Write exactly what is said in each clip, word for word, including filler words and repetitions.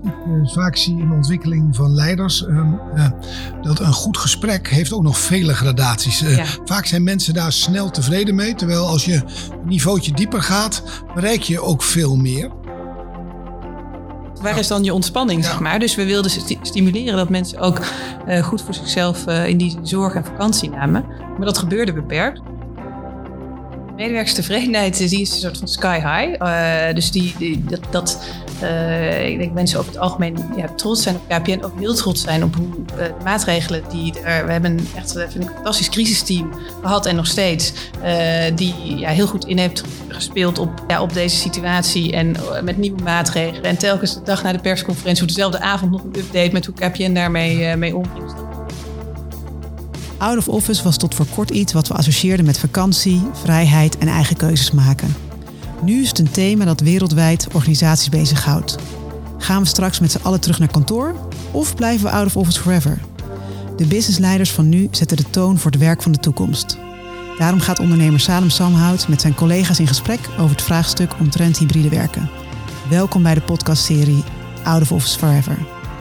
uh, vaak zie in de ontwikkeling van leiders uh, uh, dat een goed gesprek heeft ook nog vele gradaties. Uh, ja. Vaak zijn mensen daar snel tevreden mee, terwijl als je een niveautje dieper gaat, bereik je ook veel meer. Waar is dan je ontspanning, ja. zeg maar? Dus we wilden sti- stimuleren dat mensen ook uh, goed voor zichzelf uh, in die zorg en vakantie namen. Maar dat gebeurde beperkt. Medewerkerstevredenheid die is een soort van sky high. Uh, dus die, die, dat, dat uh, ik denk mensen over het algemeen ja, trots zijn op K P N. Ook heel trots zijn op hoe uh, de maatregelen die er... We hebben echt vind ik, een fantastisch crisisteam gehad en nog steeds. Uh, die ja, heel goed in heeft gespeeld op, ja, op deze situatie. En uh, met nieuwe maatregelen. En telkens de dag na de persconferentie... of dezelfde avond nog een update met hoe K P N daarmee uh, mee omging. Out of office was tot voor kort iets wat we associeerden met vakantie, vrijheid en eigen keuzes maken. Nu is het een thema dat wereldwijd organisaties bezighoudt. Gaan we straks met z'n allen terug naar kantoor of blijven we out of office forever? De businessleiders van nu zetten de toon voor het werk van de toekomst. Daarom gaat ondernemer Salem Samhout met zijn collega's in gesprek over het vraagstuk omtrent hybride werken. Welkom bij de podcastserie Out of Office Forever.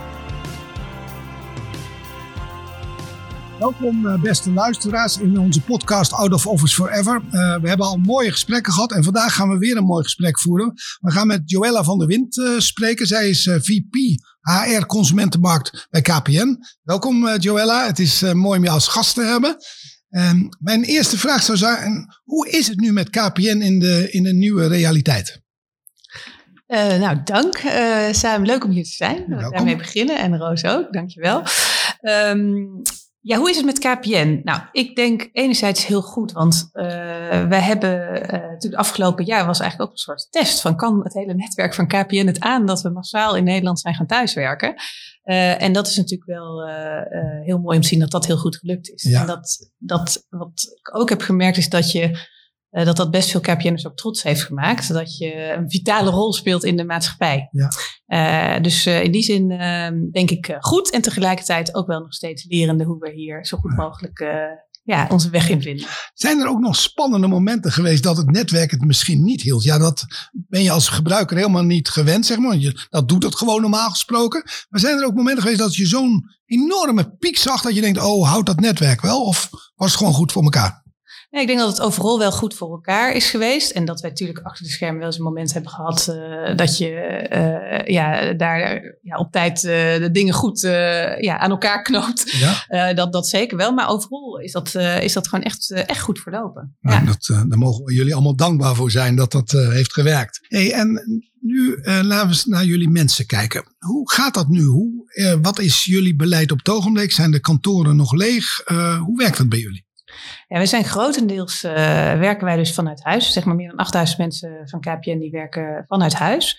Welkom beste luisteraars in onze podcast Out of Office Forever. Uh, we hebben al mooie gesprekken gehad en vandaag gaan we weer een mooi gesprek voeren. We gaan met Joella van der Wind uh, spreken. Zij is uh, V P H R Consumentenmarkt bij K P N. Welkom uh, Joella, het is uh, mooi om je als gast te hebben. Um, mijn eerste vraag zou zijn, hoe is het nu met K P N in de, in de nieuwe realiteit? Uh, nou, dank uh, Sam. Leuk om hier te zijn. We daarmee beginnen en Roos ook, dankjewel. Um, Ja, hoe is het met K P N? Nou, ik denk enerzijds heel goed, want uh, wij hebben uh, natuurlijk het afgelopen jaar was eigenlijk ook een soort test van kan het hele netwerk van K P N het aan dat we massaal in Nederland zijn gaan thuiswerken. Uh, en dat is natuurlijk wel uh, uh, heel mooi om te zien dat dat heel goed gelukt is. Ja. En dat, dat wat ik ook heb gemerkt is dat je Uh, dat dat best veel K P N'ers ook trots heeft gemaakt. Dat je een vitale rol speelt in de maatschappij. Ja. Uh, dus uh, in die zin uh, denk ik uh, goed. En tegelijkertijd ook wel nog steeds lerende hoe we hier zo goed mogelijk uh, ja, onze weg in vinden. Zijn er ook nog spannende momenten geweest dat het netwerk het misschien niet hield? Ja, dat ben je als gebruiker helemaal niet gewend, zeg maar. Je, dat doet het gewoon normaal gesproken. Maar zijn er ook momenten geweest dat je zo'n enorme piek zag dat je denkt, oh, houdt dat netwerk wel? Of was het gewoon goed voor elkaar? Ja, ik denk dat het overal wel goed voor elkaar is geweest. En dat wij natuurlijk achter de schermen wel eens een moment hebben gehad uh, dat je uh, ja, daar ja, op tijd uh, de dingen goed uh, ja, aan elkaar knoopt. Ja. Uh, dat, dat zeker wel. Maar overal is dat, uh, is dat gewoon echt, uh, echt goed verlopen. Nou, ja. dat, uh, daar mogen jullie allemaal dankbaar voor zijn dat dat uh, heeft gewerkt. Hey, en nu uh, laten we eens naar jullie mensen kijken. Hoe gaat dat nu? Hoe, uh, wat is jullie beleid op het ogenblik? Zijn de kantoren nog leeg? Uh, hoe werkt dat bij jullie? Ja, wij zijn grotendeels, uh, werken wij dus vanuit huis. Zeg maar meer dan achtduizend mensen van K P N die werken vanuit huis.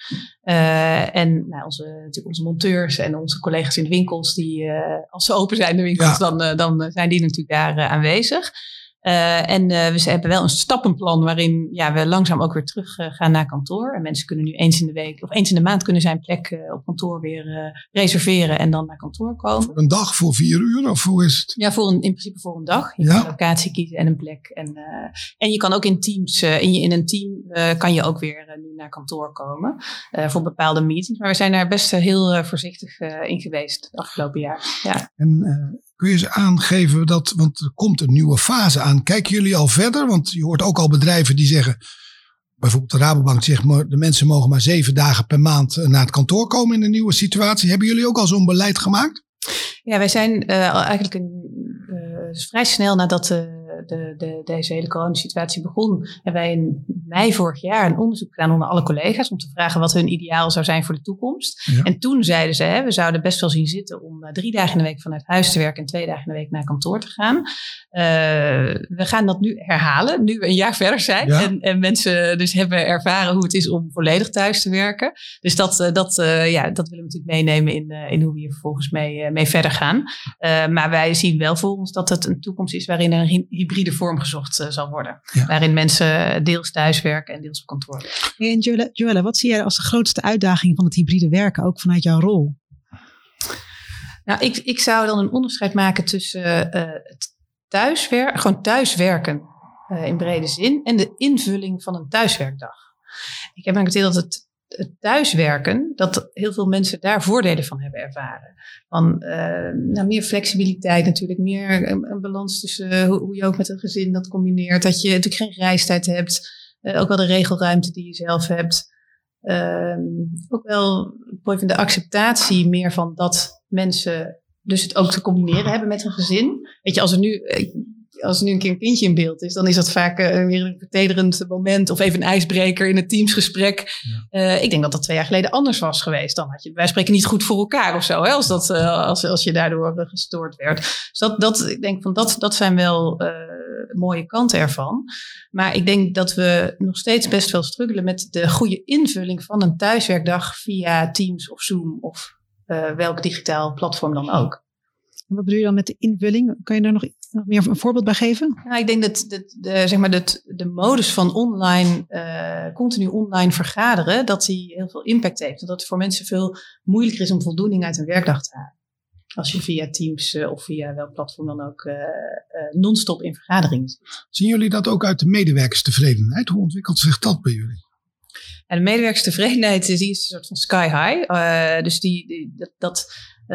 Uh, en nou, onze, natuurlijk onze monteurs en onze collega's in de winkels, die uh, als ze open zijn de winkels, ja. dan, uh, dan zijn die natuurlijk daar uh, aanwezig. Uh, en uh, we hebben wel een stappenplan waarin ja, we langzaam ook weer terug uh, gaan naar kantoor. En mensen kunnen nu eens in de week of eens in de maand kunnen zijn plek uh, op kantoor weer uh, reserveren en dan naar kantoor komen. Voor een dag, voor vier uur of hoe is het? Ja, voor een, in principe voor een dag. Je ja. kan een locatie kiezen en een plek. En, uh, en je kan ook in teams, uh, in, je, in een team uh, kan je ook weer uh, nu naar kantoor komen uh, voor bepaalde meetings. Maar we zijn daar best uh, heel uh, voorzichtig uh, in geweest het afgelopen jaar. Ja. En uh, kun je eens aangeven dat, want er komt een nieuwe fase aan. Kijken jullie al verder? Want je hoort ook al bedrijven die zeggen, bijvoorbeeld de Rabobank zegt, de mensen mogen maar zeven dagen per maand naar het kantoor komen in de nieuwe situatie. Hebben jullie ook al zo'n beleid gemaakt? Ja, wij zijn uh, eigenlijk een, uh, vrij snel nadat uh, de, de, deze hele coronasituatie begon, hebben wij in mei vorig jaar een onderzoek gedaan onder alle collega's om te vragen wat hun ideaal zou zijn voor de toekomst. Ja. En toen zeiden ze, hè, we zouden best wel zien zitten om uh, drie dagen in de week vanuit huis te werken en twee dagen in de week naar kantoor te gaan. Uh, we gaan dat nu herhalen, nu we een jaar verder zijn. Ja. En, en mensen dus hebben ervaren hoe het is om volledig thuis te werken. Dus dat, uh, dat, uh, ja, dat willen we natuurlijk meenemen in, uh, in hoe we hier vervolgens mee, uh, mee verder gaan. Uh, maar wij zien wel voor ons dat het een toekomst is waarin een hybride vorm gezocht uh, zal worden. Ja. Waarin mensen deels thuis werken en deels op kantoor werken. Hey, en Joella, Joella, wat zie jij als de grootste uitdaging van het hybride werken, ook vanuit jouw rol? Nou, ik, ik zou dan een onderscheid maken tussen uh, het thuiswerken, gewoon thuiswerken uh, in brede zin en de invulling van een thuiswerkdag. Ik heb eigenlijk het idee dat het het thuiswerken, dat heel veel mensen daar voordelen van hebben ervaren. Van uh, nou, meer flexibiliteit natuurlijk, meer een, een balans tussen uh, hoe, hoe je ook met een gezin dat combineert. Dat je natuurlijk geen reistijd hebt, uh, ook wel de regelruimte die je zelf hebt. Uh, ook wel de acceptatie meer van dat mensen dus het ook te combineren hebben met een gezin. Weet je, als er nu... Als er nu een keer een kindje in beeld is, dan is dat vaak uh, weer een vertederend moment of even een ijsbreker in het teamsgesprek. Ja. Uh, ik denk dat dat twee jaar geleden anders was geweest. Dan had je, wij spreken niet goed voor elkaar of zo, hè, als, dat, uh, als, als je daardoor uh, gestoord werd. Dus dat, dat, ik denk van dat, dat zijn wel uh, mooie kanten ervan. Maar ik denk dat we nog steeds best wel struggelen met de goede invulling van een thuiswerkdag via Teams of Zoom of uh, welk digitaal platform dan ook. Wat bedoel je dan met de invulling? Kan je daar nog, nog meer een voorbeeld bij geven? Nou, ik denk dat, dat de, zeg maar dat de modus van online, uh, continu online vergaderen, dat die heel veel impact heeft. En dat het voor mensen veel moeilijker is om voldoening uit een werkdag te halen. Als je via Teams uh, of via welk platform dan ook uh, uh, non-stop in vergaderingen zit. Zien jullie dat ook uit de medewerkerstevredenheid? Hoe ontwikkelt zich dat bij jullie? En de medewerkerstevredenheid die is een soort van sky high. Uh, dus die, die, dat... dat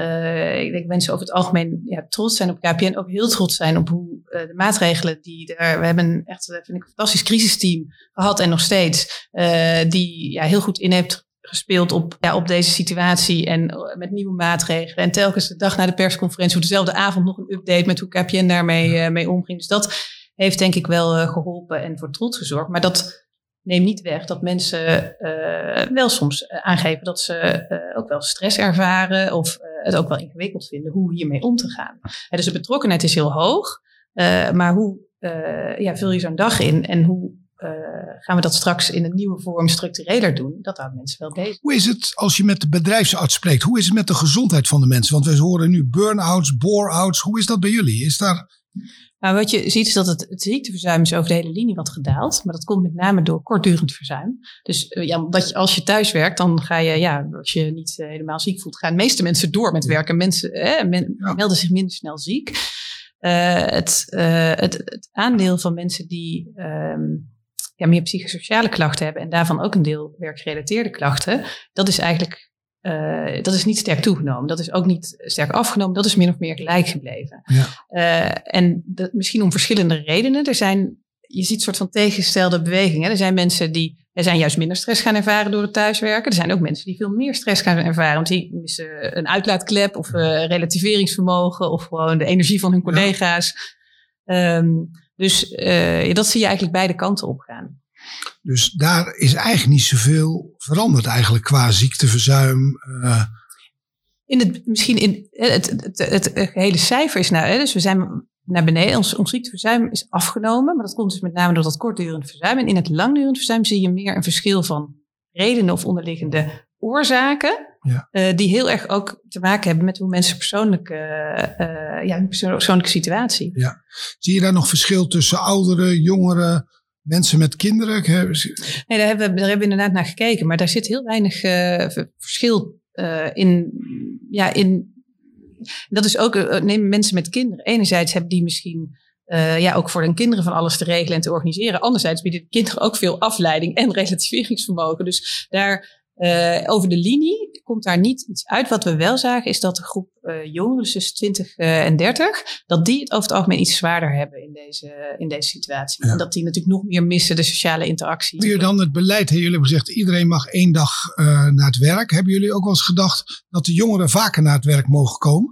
Uh, ik denk mensen over het algemeen ja, trots zijn op K P N, ook heel trots zijn op hoe uh, de maatregelen die er. We hebben echt, vind ik, een fantastisch crisisteam gehad en nog steeds, uh, die ja, heel goed in heeft gespeeld op, ja, op deze situatie en uh, met nieuwe maatregelen. En telkens de dag na de persconferentie, of dezelfde avond nog een update met hoe K P N daarmee uh, mee omging. Dus dat heeft denk ik wel uh, geholpen en voor trots gezorgd. Maar dat neemt niet weg dat mensen uh, wel soms uh, aangeven dat ze uh, ook wel stress ervaren of uh, het ook wel ingewikkeld vinden hoe hiermee om te gaan. Uh, dus de betrokkenheid is heel hoog, uh, maar hoe uh, ja, vul je zo'n dag in en hoe uh, gaan we dat straks in een nieuwe vorm structureler doen? Dat houdt mensen wel bezig. Hoe is het als je met de bedrijfsarts spreekt? Hoe is het met de gezondheid van de mensen? Want we horen nu burn-outs, bore-outs. Hoe is dat bij jullie? Is daar... Nou, wat je ziet is dat het, het ziekteverzuim is over de hele linie wat gedaald. Maar dat komt met name door kortdurend verzuim. Dus ja, dat je, als je thuis werkt, dan ga je, ja, als je niet uh, helemaal ziek voelt, gaan de meeste mensen door met werken. Mensen eh, men, ja. melden zich minder snel ziek. Uh, het, uh, het, het aandeel van mensen die um, ja, meer psychosociale klachten hebben en daarvan ook een deel werkgerelateerde klachten, dat is eigenlijk... Uh, dat is niet sterk toegenomen. Dat is ook niet sterk afgenomen. Dat is min of meer gelijk gebleven. Ja. Uh, en dat, misschien om verschillende redenen. Er zijn, je ziet een soort van tegengestelde bewegingen. Er zijn mensen die er zijn juist minder stress gaan ervaren door het thuiswerken. Er zijn ook mensen die veel meer stress gaan ervaren. Want die missen een uitlaatklep of uh, relativeringsvermogen of gewoon de energie van hun collega's. Ja. Um, dus uh, dat zie je eigenlijk beide kanten op gaan. Dus daar is eigenlijk niet zoveel veranderd eigenlijk qua ziekteverzuim. Uh. In het, misschien in het, het, het, het hele cijfer is nou, hè, dus we zijn naar beneden. Ons, ons ziekteverzuim is afgenomen, maar dat komt dus met name door dat kortdurend verzuim. En in het langdurend verzuim zie je meer een verschil van redenen of onderliggende oorzaken. Ja. Uh, die heel erg ook te maken hebben met hoe mensen persoonlijke, uh, ja, hun persoonlijke situatie. Ja. Zie je daar nog verschil tussen ouderen, jongeren? Mensen met kinderen? Nee, daar hebben, we, daar hebben we inderdaad naar gekeken. Maar daar zit heel weinig uh, verschil uh, in. Ja, in. Dat is ook, uh, neem mensen met kinderen. Enerzijds hebben die misschien uh, ja, ook voor hun kinderen van alles te regelen en te organiseren. Anderzijds bieden de kinderen ook veel afleiding en relativeringsvermogen. Dus daar uh, over de linie komt daar niet iets uit. Wat we wel zagen is dat de groep uh, jongeren, dus tussen twintig uh, en dertig, dat die het over het algemeen iets zwaarder hebben in deze, in deze situatie. Ja. En dat die natuurlijk nog meer missen, de sociale interactie. Heb je dan het beleid, jullie hebben gezegd, iedereen mag één dag uh, naar het werk. Hebben jullie ook wel eens gedacht dat de jongeren vaker naar het werk mogen komen?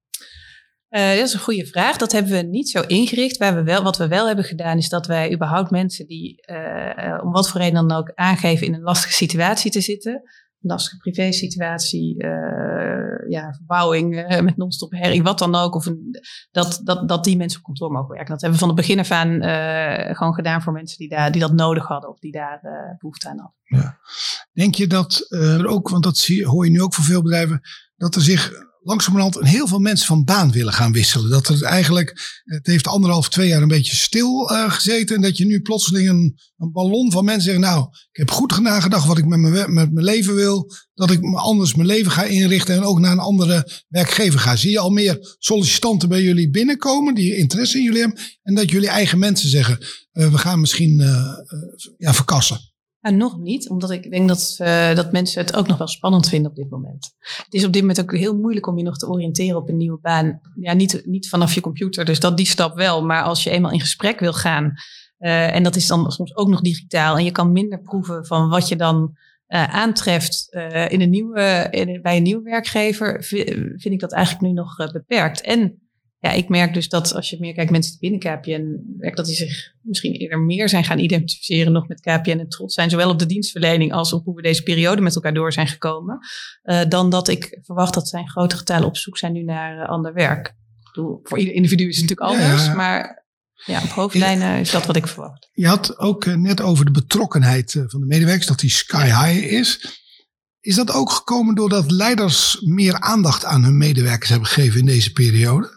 Uh, dat is een goede vraag. Dat hebben we niet zo ingericht. Waar we wel, wat we wel hebben gedaan is dat wij überhaupt mensen die uh, om wat voor reden dan ook aangeven in een lastige situatie te zitten. Een lastige privésituatie, uh, ja, verbouwing uh, met non-stop herrie, wat dan ook. Of een, dat, dat, dat die mensen op kantoor mogen werken. Dat hebben we van het begin af aan uh, gewoon gedaan voor mensen die, daar, die dat nodig hadden of die daar uh, behoefte aan hadden. Ja. Denk je dat uh, er ook, want dat zie, hoor je nu ook van veel bedrijven, dat er zich langzamerhand heel veel mensen van baan willen gaan wisselen. Dat het eigenlijk, het heeft anderhalf, twee jaar een beetje stil uh, gezeten. En dat je nu plotseling een, een ballon van mensen zegt, nou, ik heb goed nagedacht wat ik met mijn, met mijn leven wil. Dat ik anders mijn leven ga inrichten en ook naar een andere werkgever ga. Zie je al meer sollicitanten bij jullie binnenkomen die interesse in jullie hebben. En dat jullie eigen mensen zeggen, uh, we gaan misschien uh, uh, ja, verkassen. Nou, nog niet, omdat ik denk dat, uh, dat mensen het ook nog wel spannend vinden op dit moment. Het is op dit moment ook heel moeilijk om je nog te oriënteren op een nieuwe baan. Ja, niet, niet vanaf je computer, dus dat die stap wel. Maar als je eenmaal in gesprek wil gaan, uh, en dat is dan soms ook nog digitaal, en je kan minder proeven van wat je dan uh, aantreft uh, in een nieuwe, in, bij een nieuwe werkgever, vind ik dat eigenlijk nu nog uh, beperkt. En ja, ik merk dus dat als je meer kijkt, mensen die binnen K P N werken, dat die zich misschien eerder meer zijn gaan identificeren nog met K P N en trots zijn, zowel op de dienstverlening als op hoe we deze periode met elkaar door zijn gekomen, uh, dan dat ik verwacht dat zij in grote getalen op zoek zijn nu naar uh, ander werk. Ik bedoel, voor ieder individu is het natuurlijk anders, ja, ja. maar ja, op hoofdlijnen is dat wat ik verwacht. Je had ook uh, net over de betrokkenheid uh, van de medewerkers, dat die sky high is. Is dat ook gekomen doordat leiders meer aandacht aan hun medewerkers hebben gegeven in deze periode?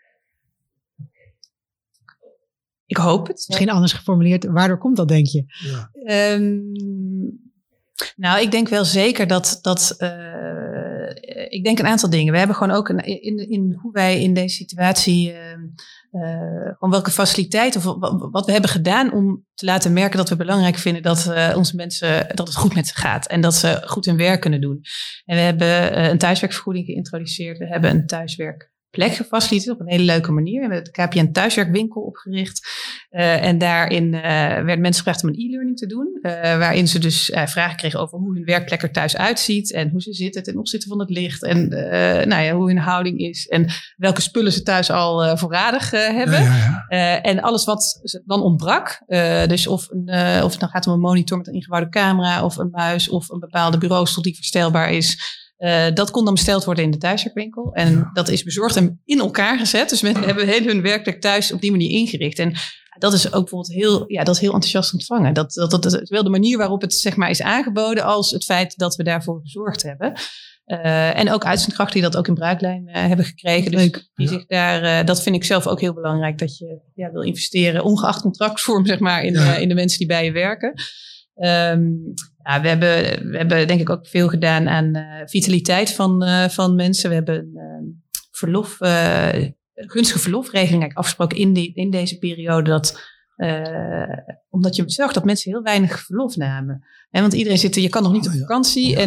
Ik hoop het. Misschien anders geformuleerd. Waardoor komt dat, denk je? Ja. Um, nou, ik denk wel zeker dat... dat uh, ik denk een aantal dingen. We hebben gewoon ook een, in, in hoe wij in deze situatie... Uh, uh, gewoon welke faciliteiten of wat we hebben gedaan om te laten merken dat we belangrijk vinden dat uh, onze mensen, dat het goed met ze gaat. En dat ze goed hun werk kunnen doen. En we hebben uh, een thuiswerkvergoeding geïntroduceerd. We hebben een thuiswerk plek gefaciliteerd op een hele leuke manier. We hebben de K P N thuiswerkwinkel opgericht. Uh, en daarin uh, werden mensen gevraagd om een e-learning te doen. Uh, waarin ze dus uh, vragen kregen over hoe hun werkplek er thuis uitziet. En hoe ze zitten ten opzichte van het licht. En uh, nou ja, hoe hun houding is. En welke spullen ze thuis al uh, voorradig uh, hebben. Ja, ja, ja. Uh, en alles wat dan ontbrak. Uh, dus of, een, uh, of het dan gaat om een monitor met een ingebouwde camera. Of een muis. Of een bepaalde bureaustoel die verstelbaar is. Uh, dat kon dan besteld worden in de thuiswerkwinkel. En ja. dat is bezorgd en in elkaar gezet. Dus mensen hebben heel hun werkplek thuis op die manier ingericht. En dat is ook bijvoorbeeld heel, ja, dat is heel enthousiast ontvangen. Dat, dat, dat is zowel de manier waarop het zeg maar is aangeboden als het feit dat we daarvoor gezorgd hebben. Uh, en ook uitzendkrachten die dat ook in bruiklijn uh, hebben gekregen. Dus Leuk. die ja. zich daar, uh, dat vind ik zelf ook heel belangrijk. Dat je ja, wil investeren, ongeacht contractvorm, zeg maar, in, ja. uh, in de mensen die bij je werken. Um, ja, we, hebben, we hebben denk ik ook veel gedaan aan uh, vitaliteit van, uh, van mensen. We hebben een uh, verlof, uh, gunstige verlofregeling afgesproken in, die, in deze periode. Dat, uh, omdat je zag dat mensen heel weinig verlof namen. En want iedereen zit er, je kan nog niet op vakantie. Ja. En,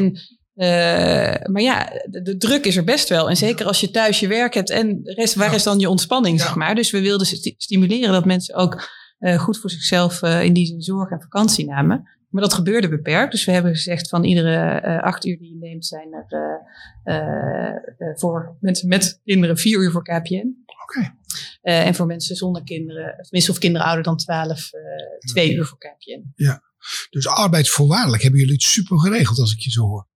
uh, maar ja, de, de druk is er best wel. En zeker als je thuis je werk hebt en de rest, waar is dan je ontspanning, ja. zeg maar. Dus we wilden st- stimuleren dat mensen ook uh, goed voor zichzelf uh, in die zin zorg en vakantie namen. Maar dat gebeurde beperkt. Dus we hebben gezegd van iedere uh, acht uur die je neemt zijn er uh, uh, uh, voor mensen met kinderen vier uur voor K P N. Oké. Okay. Uh, en voor mensen zonder kinderen, tenminste of kinderen ouder dan twaalf, uh, twee uur voor K P N. Ja, dus arbeidsvoorwaardelijk hebben jullie het super geregeld als ik je zo hoor.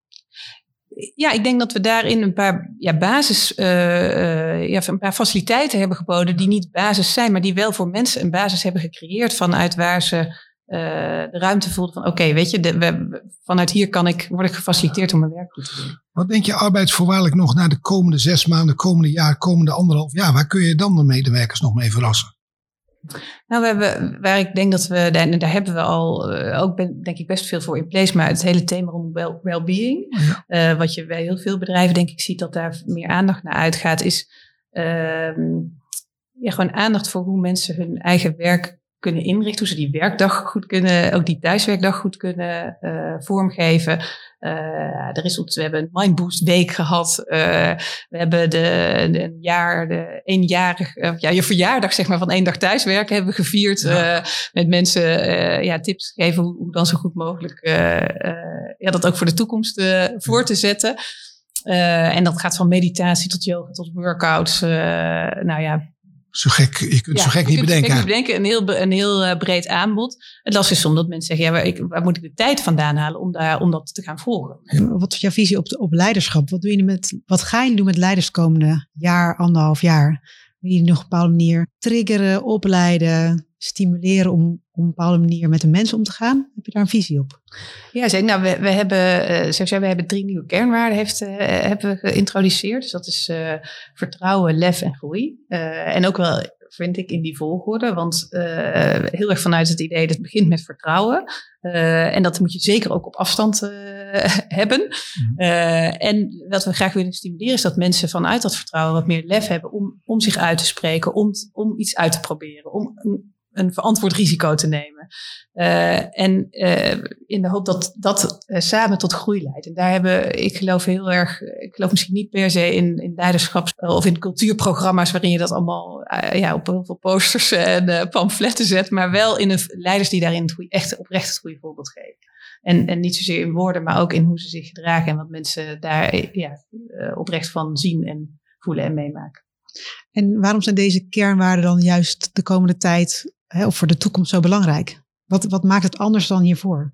Ja, ik denk dat we daarin een paar ja, basis, uh, uh, ja, een paar faciliteiten hebben geboden die niet basis zijn, maar die wel voor mensen een basis hebben gecreëerd vanuit waar ze Uh, de ruimte voelde van oké, okay, weet je, de, we, vanuit hier kan ik, word ik gefaciliteerd om mijn werk goed te doen. Wat denk je arbeidsvoorwaardelijk nog na de komende zes maanden, komende jaar, komende anderhalf jaar? Waar kun je dan de medewerkers nog mee verrassen? Nou, we hebben, waar ik denk dat we, daar, daar hebben we al uh, ook ben, denk ik best veel voor in place, maar het hele thema rond well, well-being, ja. uh, wat je bij heel veel bedrijven denk ik ziet dat daar meer aandacht naar uitgaat, is uh, ja, gewoon aandacht voor hoe mensen hun eigen werk kunnen inrichten, hoe ze die werkdag goed kunnen, ook die thuiswerkdag goed kunnen uh, vormgeven. Uh, er is, we hebben een Mindboost week gehad. Uh, we hebben de, de een jaar, de eenjarig, uh, ja, je verjaardag zeg maar van één dag thuiswerken hebben we gevierd. Ja. Uh, met mensen uh, ja, tips geven hoe, hoe dan zo goed mogelijk uh, uh, ja, dat ook voor de toekomst uh, voor te zetten. Uh, en dat gaat van meditatie tot yoga tot workouts. Uh, nou ja. Zo gek, je kunt ja, zo gek niet bedenken. Niet bedenken. Een heel, een heel uh, breed aanbod. Het lastig is soms dat mensen zeggen, ja, waar, ik, waar moet ik de tijd vandaan halen om, daar, om dat te gaan volgen? Ja. Wat is jouw visie op, de, op leiderschap? Wat, doe je met, wat ga je doen met leiders komende jaar, anderhalf jaar? Wil je nog op een bepaalde manier triggeren, opleiden, stimuleren om op een bepaalde manier met de mensen om te gaan? Heb je daar een visie op? Ja, zeker. Nou, we, we hebben, uh, zoals jij, we hebben drie nieuwe kernwaarden heeft, uh, hebben we geïntroduceerd. Dus dat is uh, vertrouwen, lef en groei. Uh, en ook wel, vind ik, in die volgorde. Want uh, heel erg vanuit het idee dat het begint met vertrouwen. Uh, en dat moet je zeker ook op afstand uh, hebben. Mm-hmm. Uh, en wat we graag willen stimuleren is dat mensen vanuit dat vertrouwen wat meer lef hebben om, om zich uit te spreken, om, om iets uit te proberen, om een verantwoord risico te nemen. Uh, en uh, in de hoop dat dat uh, samen tot groei leidt. En daar hebben, ik geloof heel erg, ik geloof misschien niet per se in, in leiderschaps- of in cultuurprogramma's waarin je dat allemaal uh, ja, op heel veel posters en uh, pamfletten zet, maar wel in de leiders die daarin het goeie, echt oprecht het goede voorbeeld geven. En, en niet zozeer in woorden, maar ook in hoe ze zich gedragen en wat mensen daar ja, uh, oprecht van zien en voelen en meemaken. En waarom zijn deze kernwaarden dan juist de komende tijd, hè, of voor de toekomst zo belangrijk? Wat, wat maakt het anders dan hiervoor?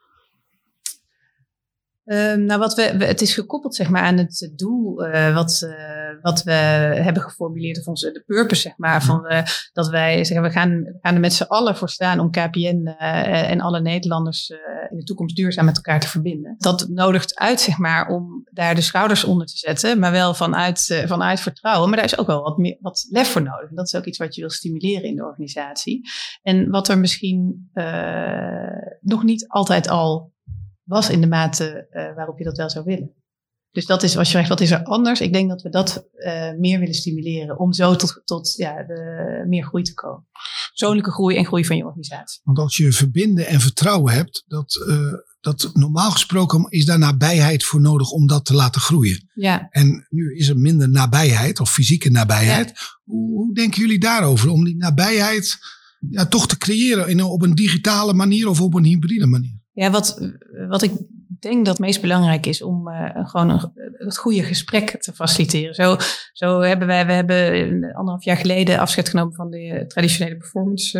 Uh, nou, wat we, we, het is gekoppeld zeg maar, aan het doel uh, wat, uh, wat we hebben geformuleerd, of onze de purpose, zeg maar, van uh, dat wij zeggen, we gaan, we gaan er met z'n allen voor staan om K P N uh, en alle Nederlanders uh, in de toekomst duurzaam met elkaar te verbinden. Dat nodigt uit, zeg maar, om daar de schouders onder te zetten, maar wel vanuit, uh, vanuit vertrouwen. Maar daar is ook wel wat, meer, wat lef voor nodig. En dat is ook iets wat je wil stimuleren in de organisatie. En wat er misschien uh, nog niet altijd al was in de mate uh, waarop je dat wel zou willen. Dus dat is, als je zegt, wat is er anders? Ik denk dat we dat uh, meer willen stimuleren om zo tot, tot ja, de, meer groei te komen. Persoonlijke groei en groei van je organisatie. Want als je verbinden en vertrouwen hebt, dat, uh, dat normaal gesproken is daar nabijheid voor nodig om dat te laten groeien. Ja. En nu is er minder nabijheid of fysieke nabijheid. Ja. Hoe, hoe denken jullie daarover om die nabijheid ja, toch te creëren in, op een digitale manier of op een hybride manier? Ja, wat, wat ik denk dat het meest belangrijk is om uh, gewoon een, het goede gesprek te faciliteren. Zo, zo hebben wij, we hebben anderhalf jaar geleden afscheid genomen van de traditionele performance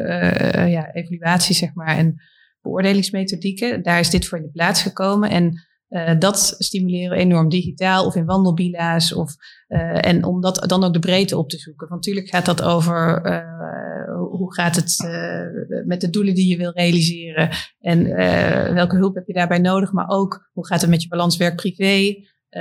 uh, uh, ja, evaluatie, zeg maar, en beoordelingsmethodieken. Daar is dit voor in de plaats gekomen en uh, dat stimuleren we enorm digitaal of in wandelbila's of uh, en om dat dan ook de breedte op te zoeken. Want natuurlijk gaat dat over uh, hoe gaat het uh, met de doelen die je wil realiseren en uh, welke hulp heb je daarbij nodig, maar ook hoe gaat het met je balans werk-privé?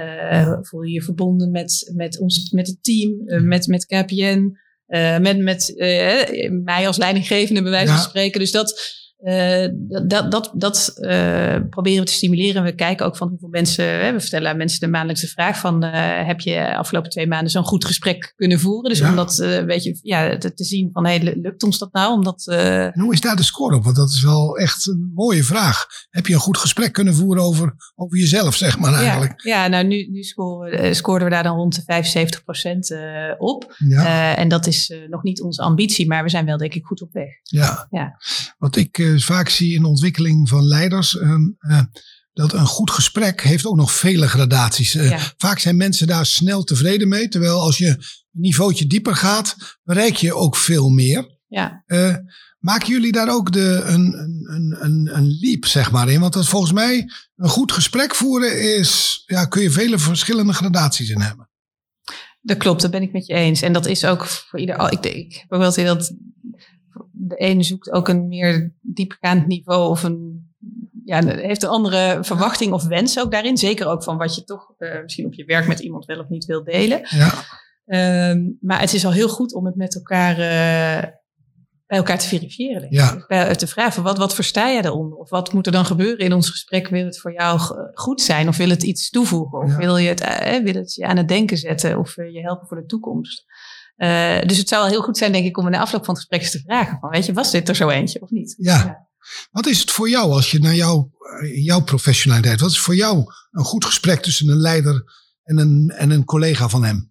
Uh, voel je je verbonden met, met, ons, met het team, uh, met, met K P N, uh, met, met uh, mij als leidinggevende bij wijze van ja. spreken. Dus dat, uh, dat, dat, dat uh, proberen we te stimuleren. We kijken ook van hoeveel mensen, uh, we vertellen aan mensen de maandelijkse vraag van uh, heb je afgelopen twee maanden zo'n goed gesprek kunnen voeren? Dus ja. om dat uh, een beetje ja, te, te zien van hey, lukt ons dat nou? Omdat, uh, en hoe is daar de score op? Want dat is wel echt een mooie vraag. Heb je een goed gesprek kunnen voeren over, over jezelf, zeg maar eigenlijk? Ja, ja nou nu, nu scoren, uh, scoorden we daar dan rond de vijfenzeventig procent uh, op. Ja. Uh, en dat is uh, nog niet onze ambitie, maar we zijn wel denk ik goed op weg. Ja, ja. Wat ik uh, vaak zie in de ontwikkeling van leiders, uh, uh, dat een goed gesprek heeft ook nog vele gradaties. Uh, ja. Vaak zijn mensen daar snel tevreden mee, terwijl als je een niveautje dieper gaat, bereik je ook veel meer. Ja. Uh, maken jullie daar ook de, een, een, een, een leap, zeg maar, in? Want dat volgens mij een goed gesprek voeren is, ja, kun je vele verschillende gradaties in hebben. Dat klopt, dat ben ik met je eens. En dat is ook voor ieder. Ik, ik heb ook wel het idee dat de ene zoekt ook een meer diepgaand niveau of een. Ja, heeft een andere verwachting of wens ook daarin. Zeker ook van wat je toch uh, misschien op je werk met iemand wel of niet wil delen. Ja. Um, maar het is al heel goed om het met elkaar uh, bij elkaar te verifiëren. Denk ja. ik. Bij, te vragen, wat, wat versta je daaronder? Of wat moet er dan gebeuren in ons gesprek? Wil het voor jou goed zijn? Of wil het iets toevoegen? Of ja. wil, je het, uh, wil het je aan het denken zetten? Of uh, je helpen voor de toekomst? Uh, dus het zou wel heel goed zijn, denk ik, om in de afloop van het gesprek eens te vragen. Van, weet je, was dit er zo eentje of niet? Ja. ja. Wat is het voor jou als je naar jou, jouw professionaliteit, wat is voor jou een goed gesprek tussen een leider en een, en een collega van hem?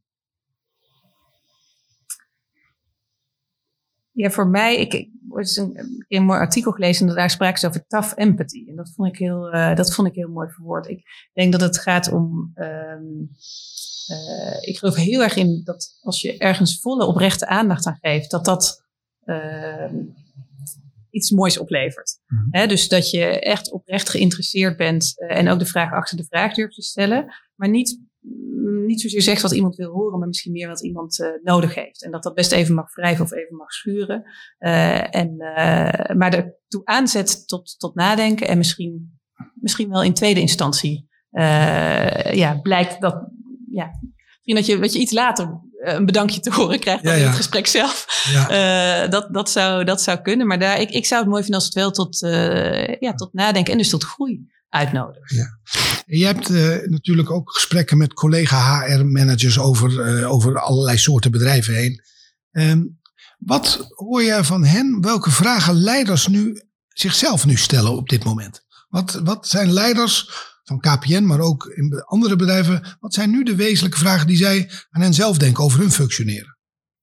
Ja, voor mij, ik, ik heb een, een mooi artikel gelezen en daar spraken ze over tough empathy. En dat vond ik heel, uh, dat vond ik heel mooi verwoord. Ik denk dat het gaat om, um, uh, ik geloof heel erg in dat als je ergens volle oprechte aandacht aan geeft, dat dat uh, iets moois oplevert. Mm-hmm. He, dus dat je echt oprecht geïnteresseerd bent uh, en ook de vraag achter de vraag durft te stellen, maar niet niet zozeer zegt wat iemand wil horen, maar misschien meer wat iemand uh, nodig heeft. En dat dat best even mag wrijven of even mag schuren. Uh, en, uh, maar ertoe aanzet tot, tot nadenken en misschien, misschien wel in tweede instantie uh, ja, blijkt dat, ja, misschien dat je, dat je iets later een bedankje te horen krijgt dan ja, ja. in het gesprek zelf. Ja. Uh, dat, dat, zou, dat zou kunnen. Maar daar, ik, ik zou het mooi vinden als het wel tot, uh, ja, tot nadenken en dus tot groei uitnodigt. Ja. En je hebt uh, natuurlijk ook gesprekken met collega H R-managers over, uh, over allerlei soorten bedrijven heen. Um, Wat hoor jij van hen? Welke vragen leiders nu zichzelf nu stellen op dit moment? Wat, wat zijn leiders van K P N, maar ook in andere bedrijven, wat zijn nu de wezenlijke vragen die zij aan hen zelf denken over hun functioneren?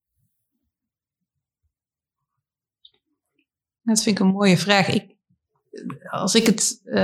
Dat vind ik een mooie vraag. Ik, als ik het uh,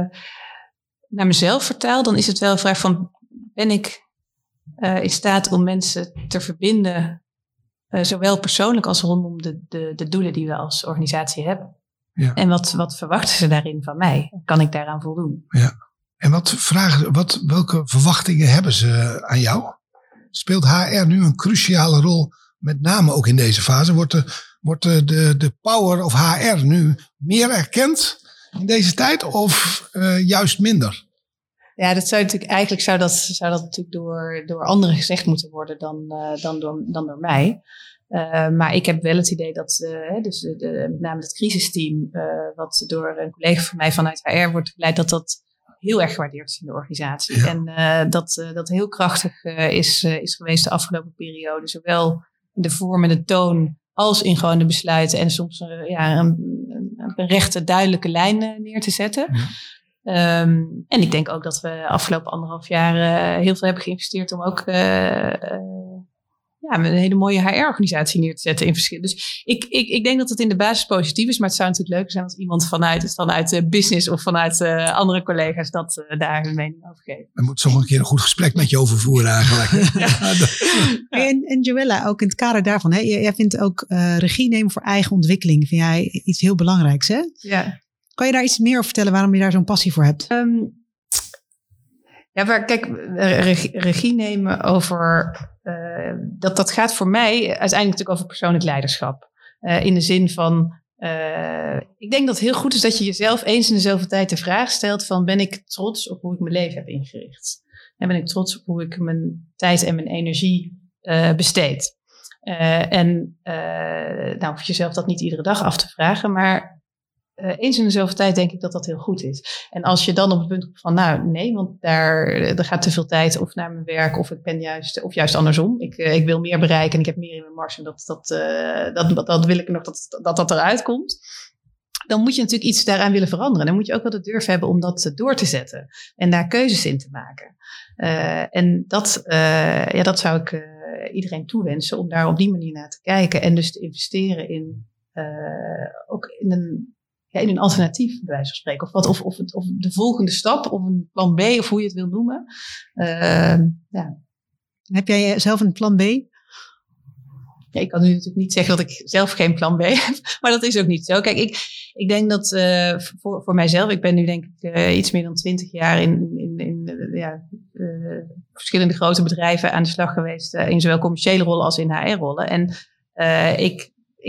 naar mezelf vertaal, dan is het wel een vraag van, ben ik uh, in staat om mensen te verbinden, uh, zowel persoonlijk als rondom de, de, de doelen die we als organisatie hebben? Ja. En wat, wat verwachten ze daarin van mij? Kan ik daaraan voldoen? Ja. En wat vragen, wat, welke verwachtingen hebben ze aan jou? Speelt H R nu een cruciale rol, met name ook in deze fase? Wordt de, wordt de, de, de power of H R nu meer erkend in deze tijd of uh, juist minder? Ja, dat zou natuurlijk, eigenlijk zou dat, zou dat natuurlijk door, door anderen gezegd moeten worden dan, uh, dan, door, dan door mij. Uh, maar ik heb wel het idee dat, uh, dus de, de, met name het crisisteam, uh, wat door een collega van mij vanuit H R wordt geleid, dat dat heel erg gewaardeerd is in de organisatie. Ja. En uh, dat uh, dat heel krachtig uh, is, uh, is geweest de afgelopen periode. Zowel in de vorm en de toon als in gewoon de besluiten. En soms uh, ja, een, een, een rechte, duidelijke lijn uh, neer te zetten. Ja. Um, en ik denk ook dat we afgelopen anderhalf jaar uh, heel veel hebben geïnvesteerd om ook uh, uh, ja, een hele mooie H R-organisatie neer te zetten in verschillen. Dus ik, ik, ik denk dat het in de basis positief is, maar het zou natuurlijk leuker zijn als iemand vanuit, vanuit uh, business of vanuit uh, andere collega's dat uh, daar hun mening over geven. We moeten toch een keer een goed gesprek met je over voeren eigenlijk. Ja. Ja. En, en Joella, ook in het kader daarvan, hè, jij vindt ook uh, regie nemen voor eigen ontwikkeling, vind jij iets heel belangrijks, hè? Ja. Kan je daar iets meer over vertellen waarom je daar zo'n passie voor hebt? Um, ja, maar kijk, regie, regie nemen over, uh, dat, dat gaat voor mij uiteindelijk natuurlijk over persoonlijk leiderschap. Uh, in de zin van, uh, ik denk dat het heel goed is dat je jezelf eens in dezelfde tijd de vraag stelt van, ben ik trots op hoe ik mijn leven heb ingericht? En ben ik trots op hoe ik mijn tijd en mijn energie uh, besteed? Uh, en uh, nou hoef je jezelf dat niet iedere dag af te vragen, maar Uh, eens in dezelfde tijd denk ik dat dat heel goed is. En als je dan op het punt komt van, nou nee, want daar, er gaat te veel tijd of naar mijn werk of ik ben juist, of juist andersom. Ik, uh, ik wil meer bereiken en ik heb meer in mijn mars en dat, dat, uh, dat, dat, dat wil ik nog dat, dat dat eruit komt. Dan moet je natuurlijk iets daaraan willen veranderen. Dan moet je ook wel de durf hebben om dat door te zetten en daar keuzes in te maken. Uh, en dat, uh, ja, dat zou ik uh, iedereen toewensen om daar op die manier naar te kijken en dus te investeren in uh, ook in een Ja, in een alternatief, bij wijze van spreken. Of, wat, of, of, het, of de volgende stap, of een plan B, of hoe je het wil noemen. Uh, ja. Heb jij zelf een plan B? Ja, ik kan nu natuurlijk niet zeggen dat ik zelf geen plan B heb. Maar dat is ook niet zo. Kijk, ik, ik denk dat uh, voor, voor mijzelf, ik ben nu denk ik uh, iets meer dan twintig jaar in, in, in uh, ja, uh, verschillende grote bedrijven aan de slag geweest. Uh, in zowel commerciële rollen als in H R-rollen. En uh, ik...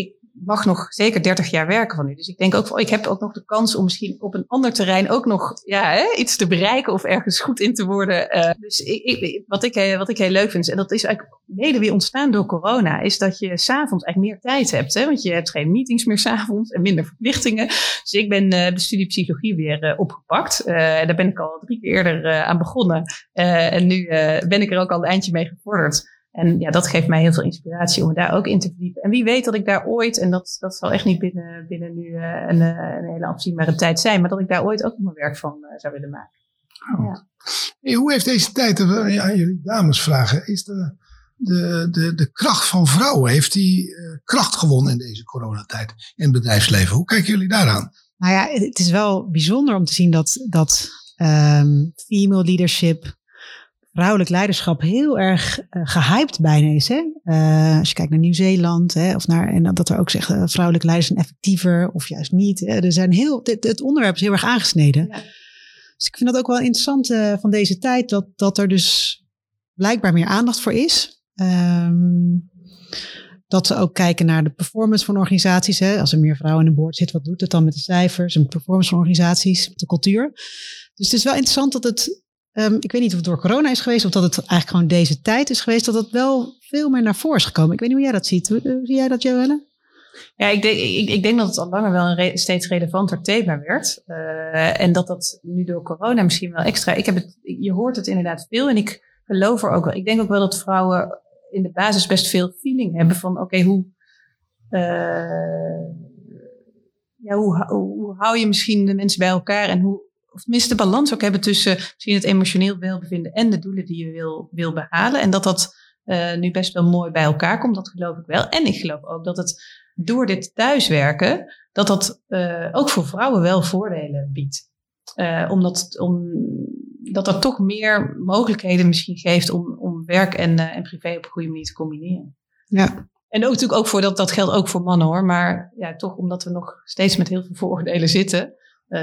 mag nog zeker dertig jaar werken van nu. Dus ik denk ook van, oh, ik heb ook nog de kans om misschien op een ander terrein ook nog ja, hè, iets te bereiken of ergens goed in te worden. Uh, dus ik, ik, wat, ik, wat ik heel leuk vind, en dat is eigenlijk mede weer ontstaan door corona, is dat je 's avonds eigenlijk meer tijd hebt. Hè? Want je hebt geen meetings meer 's avonds en minder verplichtingen. Dus ik ben uh, de studie psychologie weer uh, opgepakt. Uh, daar ben ik al drie keer eerder uh, aan begonnen. Uh, en nu uh, ben ik er ook al een eindje mee gevorderd. En ja, dat geeft mij heel veel inspiratie om me daar ook in te verdiepen. En wie weet dat ik daar ooit, en dat, dat zal echt niet binnen, binnen nu uh, een, een hele afzienbare tijd zijn, maar dat ik daar ooit ook mijn werk van uh, zou willen maken. Oh. Ja. Hey, hoe heeft deze tijd, uh, ja, jullie dames vragen, is de, de, de, de kracht van vrouwen, heeft die uh, kracht gewonnen in deze coronatijd in het bedrijfsleven? Hoe kijken jullie daaraan? Nou ja, het is wel bijzonder om te zien dat, dat um, female leadership, vrouwelijk leiderschap heel erg uh, gehyped bijna is. Hè? Uh, als je kijkt naar Nieuw-Zeeland, hè, of naar, en dat er ook zeggen uh, vrouwelijke leiders zijn effectiever of juist niet. Hè? Er zijn heel, het, het onderwerp is heel erg aangesneden. Ja. Dus ik vind dat ook wel interessant uh, van deze tijd, dat, dat er dus blijkbaar meer aandacht voor is. Um, dat ze ook kijken naar de performance van organisaties. Hè? Als er meer vrouwen in de board zitten, wat doet het dan met de cijfers en de performance van organisaties, met de cultuur? Dus het is wel interessant dat het, Um, ik weet niet of het door corona is geweest of dat het eigenlijk gewoon deze tijd is geweest, dat het wel veel meer naar voren is gekomen. Ik weet niet hoe jij dat ziet. Hoe, hoe zie jij dat, Joelle? Ja, ik denk, ik, ik denk dat het al langer wel een re- steeds relevanter thema werd. Uh, en dat dat nu door corona misschien wel extra... Ik heb het, je hoort het inderdaad veel en ik geloof er ook wel. Ik denk ook wel dat vrouwen in de basis best veel feeling hebben van oké, okay, hoe... Uh, ja, hoe, hoe hou je misschien de mensen bij elkaar en hoe, of tenminste de balans ook hebben tussen misschien het emotioneel welbevinden en de doelen die je wil, wil behalen. En dat dat uh, nu best wel mooi bij elkaar komt, dat geloof ik wel. En ik geloof ook dat het door dit thuiswerken, dat dat uh, ook voor vrouwen wel voordelen biedt. Uh, omdat om, dat dat toch meer mogelijkheden misschien geeft om, om werk en, uh, en privé op een goede manier te combineren. Ja. En ook natuurlijk ook voor dat, dat geldt ook voor mannen hoor. Maar ja, toch omdat we nog steeds met heel veel vooroordelen zitten. Uh,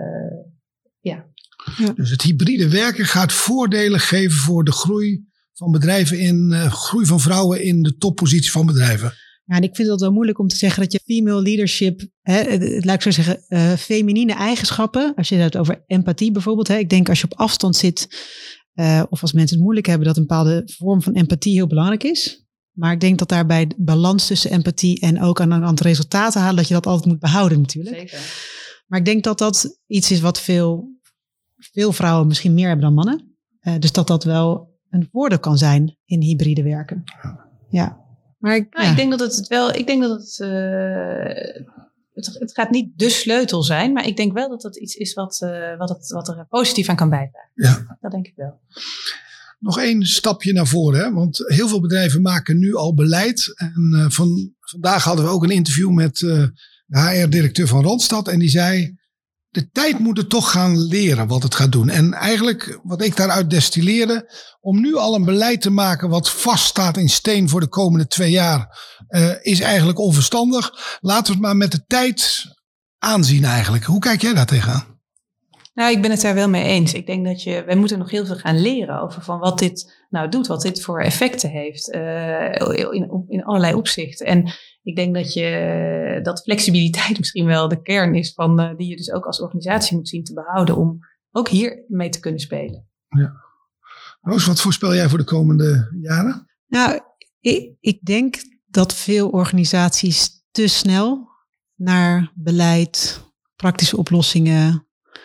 ja. ja. Dus het hybride werken gaat voordelen geven voor de groei van bedrijven in uh, groei van vrouwen in de toppositie van bedrijven. Ja, en ik vind het wel moeilijk om te zeggen dat je female leadership, hè, laat ik zo zeggen, uh, feminine eigenschappen, als je het hebt over empathie bijvoorbeeld. Hè, ik denk als je op afstand zit, uh, of als mensen het moeilijk hebben, dat een bepaalde vorm van empathie heel belangrijk is. Maar ik denk dat daarbij de balans tussen empathie en ook aan het resultaten halen, dat je dat altijd moet behouden natuurlijk. Zeker. Maar ik denk dat dat iets is wat veel, veel vrouwen misschien meer hebben dan mannen. Uh, dus dat dat wel een voordeel kan zijn in hybride werken. Ja. Maar ik, nou, ja. ik denk dat het wel, ik denk dat het, uh, het, het gaat niet de sleutel zijn, maar ik denk wel dat het iets is wat, uh, wat, het, wat er positief aan kan bijdragen. Ja. Dat denk ik wel. Nog één stapje naar voren, hè? Want heel veel bedrijven maken nu al beleid. En uh, van, vandaag hadden we ook een interview met uh, de H R-directeur van Randstad. En die zei, de tijd moet het toch gaan leren wat het gaat doen. En eigenlijk wat ik daaruit destilleerde, om nu al een beleid te maken wat vaststaat in steen voor de komende twee jaar, uh, is eigenlijk onverstandig. Laten we het maar met de tijd aanzien eigenlijk. Hoe kijk jij daar tegenaan? Nou, ik ben het daar wel mee eens. Ik denk dat je, wij moeten nog heel veel gaan leren over van wat dit nou doet, wat dit voor effecten heeft uh, in, in allerlei opzichten. En ik denk dat je dat flexibiliteit misschien wel de kern is van uh, die je dus ook als organisatie moet zien te behouden om ook hier mee te kunnen spelen. Ja. Roos, wat voorspel jij voor de komende jaren? Nou, ik, ik denk dat veel organisaties te snel naar beleid, praktische oplossingen,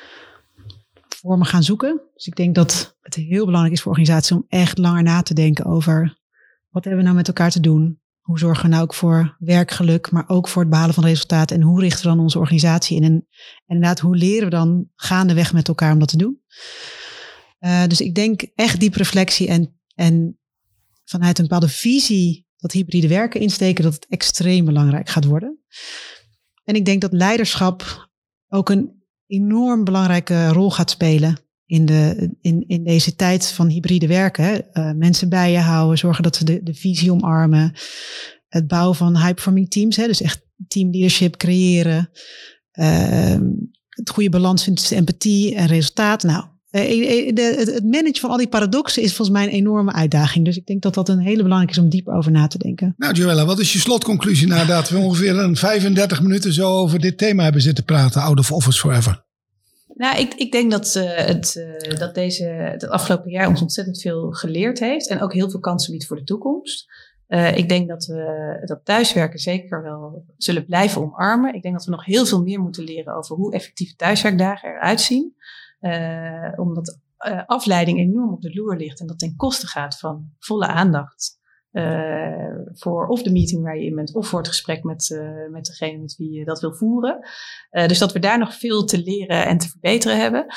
vormen gaan zoeken. Dus ik denk dat het heel belangrijk is voor organisaties om echt langer na te denken over wat hebben we nou met elkaar te doen? Hoe zorgen we nou ook voor werkgeluk, maar ook voor het behalen van resultaten? En hoe richten we dan onze organisatie in? En, en inderdaad, hoe leren we dan gaandeweg met elkaar om dat te doen? Uh, dus ik denk echt diep reflectie en, en vanuit een bepaalde visie dat hybride werken insteken, dat het extreem belangrijk gaat worden. En ik denk dat leiderschap ook een enorm belangrijke rol gaat spelen in, de, in, in deze tijd van hybride werken. Hè. Uh, mensen bij je houden, zorgen dat ze de, de visie omarmen. Het bouwen van high-performing teams, hè, dus echt teamleadership creëren. Uh, het goede balans vinden tussen empathie en resultaat. Nou, uh, de, het managen van al die paradoxen is volgens mij een enorme uitdaging. Dus ik denk dat dat een hele belangrijke is om dieper over na te denken. Nou, Joella, wat is je slotconclusie nadat we ongeveer een vijfendertig minuten zo over dit thema hebben zitten praten, Out of Office Forever? Nou, ik, ik denk dat, uh, het, uh, dat deze, het afgelopen jaar ons ontzettend veel geleerd heeft en ook heel veel kansen biedt voor de toekomst. Uh, ik denk dat we dat thuiswerken zeker wel zullen blijven omarmen. Ik denk dat we nog heel veel meer moeten leren over hoe effectieve thuiswerkdagen eruit zien. Uh, omdat uh, afleiding enorm op de loer ligt en dat ten koste gaat van volle aandacht. Uh, voor of de meeting waar je in bent of voor het gesprek met, uh, met degene met wie je dat wil voeren. Uh, dus dat we daar nog veel te leren en te verbeteren hebben.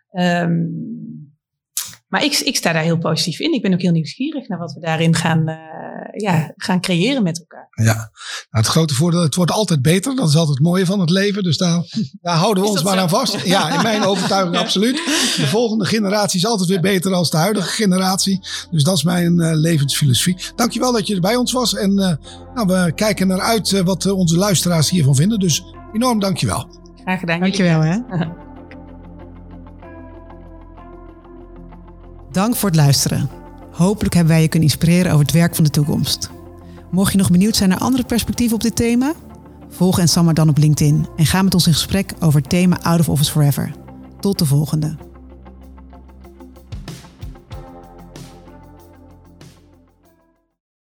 Um, maar ik, ik sta daar heel positief in. Ik ben ook heel nieuwsgierig naar wat we daarin gaan, uh, ja, gaan creëren met elkaar. Ja, nou, het grote voordeel, het wordt altijd beter. Dat is altijd het mooie van het leven. Dus daar, daar houden we ons maar zo? aan vast. Ja, in mijn overtuiging ja. absoluut. De volgende generatie is altijd weer beter dan de huidige generatie. Dus dat is mijn uh, levensfilosofie. Dankjewel dat je er bij ons was. En uh, nou, we kijken naar uit uh, wat uh, onze luisteraars hiervan vinden. Dus enorm dankjewel. Graag gedaan. Dankjewel. Hè? Dank voor het luisteren. Hopelijk hebben wij je kunnen inspireren over het werk van de toekomst. Mocht je nog benieuwd zijn naar andere perspectieven op dit thema, volg en Samar dan op LinkedIn en ga met ons in gesprek over het thema Out of Office Forever. Tot de volgende.